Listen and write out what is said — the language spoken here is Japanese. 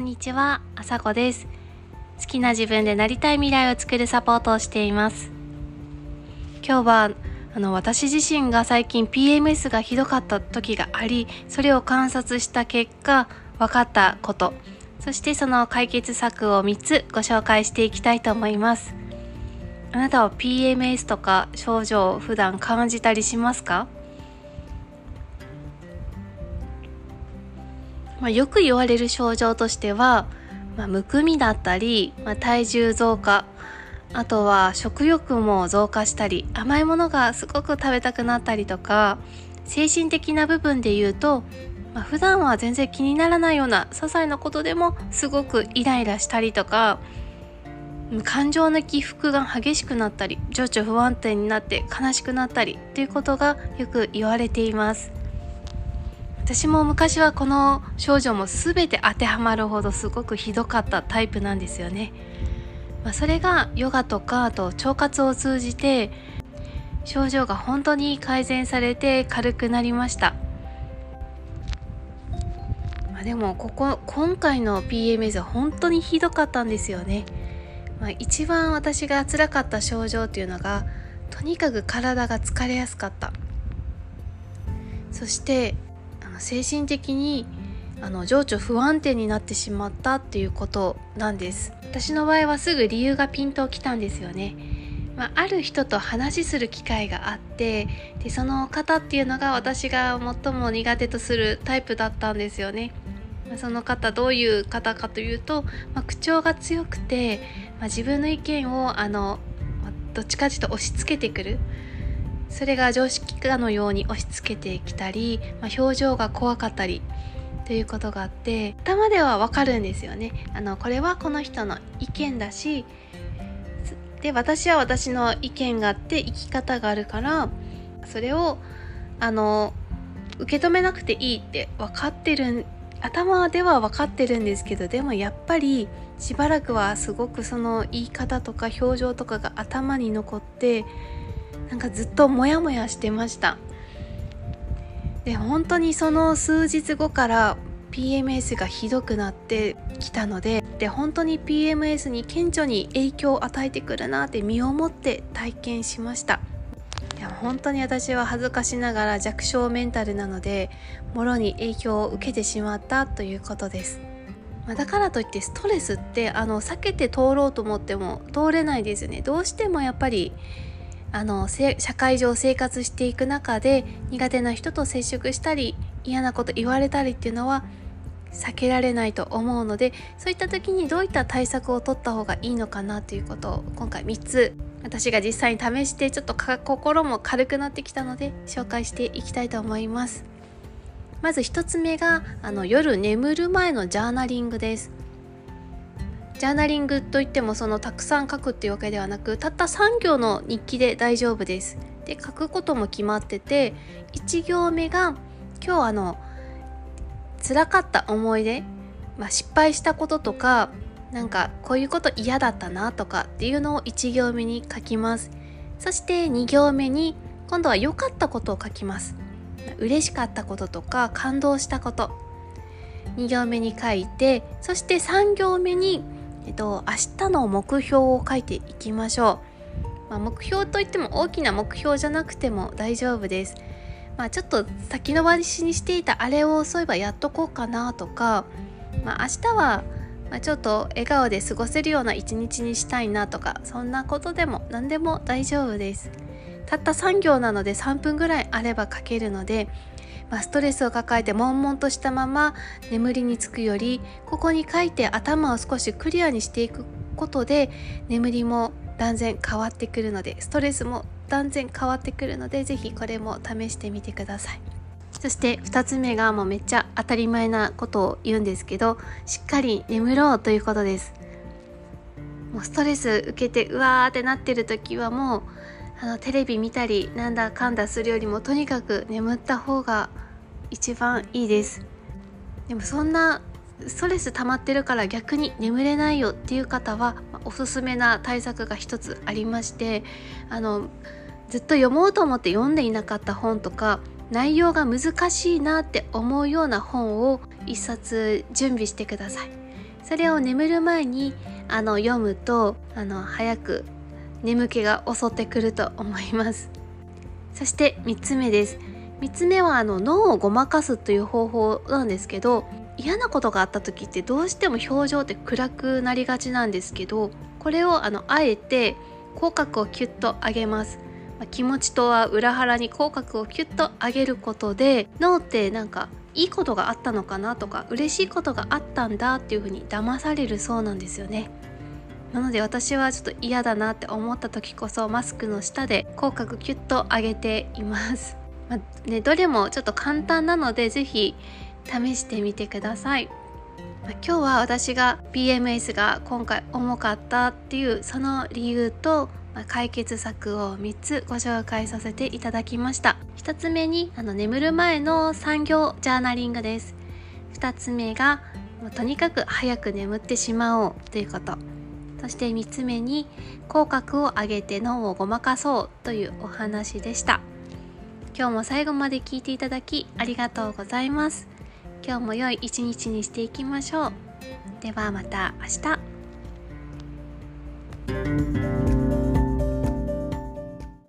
んにちは、あさこです。好きな自分でなりたい未来を作るサポートをしています。今日は私自身が最近 PMS がひどかった時があり、それを観察した結果分かったこと、そしてその解決策を3つご紹介していきたいと思います。あなたは PMS とか症状を普段感じたりしますか？よく言われる症状としては、むくみだったり、体重増加、あとは食欲も増加したり、甘いものがすごく食べたくなったりとか、精神的な部分で言うと、普段は全然気にならないような些細なことでもすごくイライラしたりとか、感情の起伏が激しくなったり、情緒不安定になって悲しくなったりということがよく言われています。私も昔はこの症状も全て当てはまるほどすごくひどかったタイプなんですよね。それがヨガとかあと腸活を通じて症状が本当に改善されて軽くなりました。でも今回の PMS は本当にひどかったんですよね。一番私が辛かった症状っていうのが、とにかく体が疲れやすかった。そして精神的に情緒不安定になってしまったっていうことなんです。私の場合はすぐ理由がピンときたんですよね。ある人と話する機会があって、でその方っていうのが私が最も苦手とするタイプだったんですよね。その方どういう方かというと、口調が強くて、自分の意見をどっちかというと押し付けてくる。それが常識化のように押し付けてきたり、表情が怖かったりということがあって、頭ではわかるんですよね。これはこの人の意見だし、で私は私の意見があって生き方があるから、それを受け止めなくていいって分かってる、頭では分かってるんですけど、でもやっぱりしばらくはすごくその言い方とか表情とかが頭に残って、ずっとモヤモヤしてました。で本当にその数日後から PMS がひどくなってきたので、本当に PMS に顕著に影響を与えてくるなって身をもって体験しました。本当に私は恥ずかしながら弱小メンタルなので、もろに影響を受けてしまったということです。だからといってストレスって避けて通ろうと思っても通れないですよね。どうしてもやっぱり社会上生活していく中で苦手な人と接触したり嫌なこと言われたりっていうのは避けられないと思うので、そういった時にどういった対策を取った方がいいのかなということを今回3つ私が実際に試してちょっと心も軽くなってきたので紹介していきたいと思います。まず1つ目が夜眠る前のジャーナリングです。ジャーナリングといってもたくさん書くっていうわけではなく、たった3行の日記で大丈夫です。で書くことも決まってて、1行目が今日辛かった思い出、失敗したこととかこういうこと嫌だったなとかっていうのを1行目に書きます。そして2行目に今度は良かったことを書きます。嬉しかったこととか感動したこと2行目に書いて、そして3行目に明日の目標を書いていきましょう。目標といっても大きな目標じゃなくても大丈夫です。ちょっと先延ばしにしていたあれをそういえばやっとこうかなとか、明日はちょっと笑顔で過ごせるような一日にしたいなとか、そんなことでも何でも大丈夫です。たった3行なので3分ぐらいあれば書けるので、ストレスを抱えて悶々としたまま眠りにつくより、ここに書いて頭を少しクリアにしていくことで眠りも断然変わってくるので、ストレスも断然変わってくるので、ぜひこれも試してみてください。そして2つ目がもうめっちゃ当たり前なことを言うんですけど、しっかり眠ろうということです。もうストレス受けてうわーってなってる時はもうテレビ見たりなんだかんだするよりもとにかく眠った方が一番いいです。でもそんなストレス溜まってるから逆に眠れないよっていう方は、おすすめな対策が一つありまして、ずっと読もうと思って読んでいなかった本とか、内容が難しいなって思うような本を一冊準備してください。 それを眠る前に読むと早く眠気が襲ってくると思います。そして3つ目です。3つ目は脳をごまかすという方法なんですけど、嫌なことがあった時ってどうしても表情って暗くなりがちなんですけど、これをあえて口角をキュッと上げます。気持ちとは裏腹に口角をキュッと上げることで、脳っていいことがあったのかなとか嬉しいことがあったんだっていう風に騙されるそうなんですよね。なので私はちょっと嫌だなって思った時こそマスクの下で口角キュッと上げています。どれもちょっと簡単なのでぜひ試してみてください。今日は私が PMS が今回重かったっていうその理由と解決策を3つご紹介させていただきました。1つ目に眠る前の3行ジャーナリングです。2つ目がとにかく早く眠ってしまおうということ。そして3つ目に口角を上げて脳をごまかそうというお話でした。今日も最後まで聞いていただきありがとうございます。今日も良い一日にしていきましょう。ではまた明日。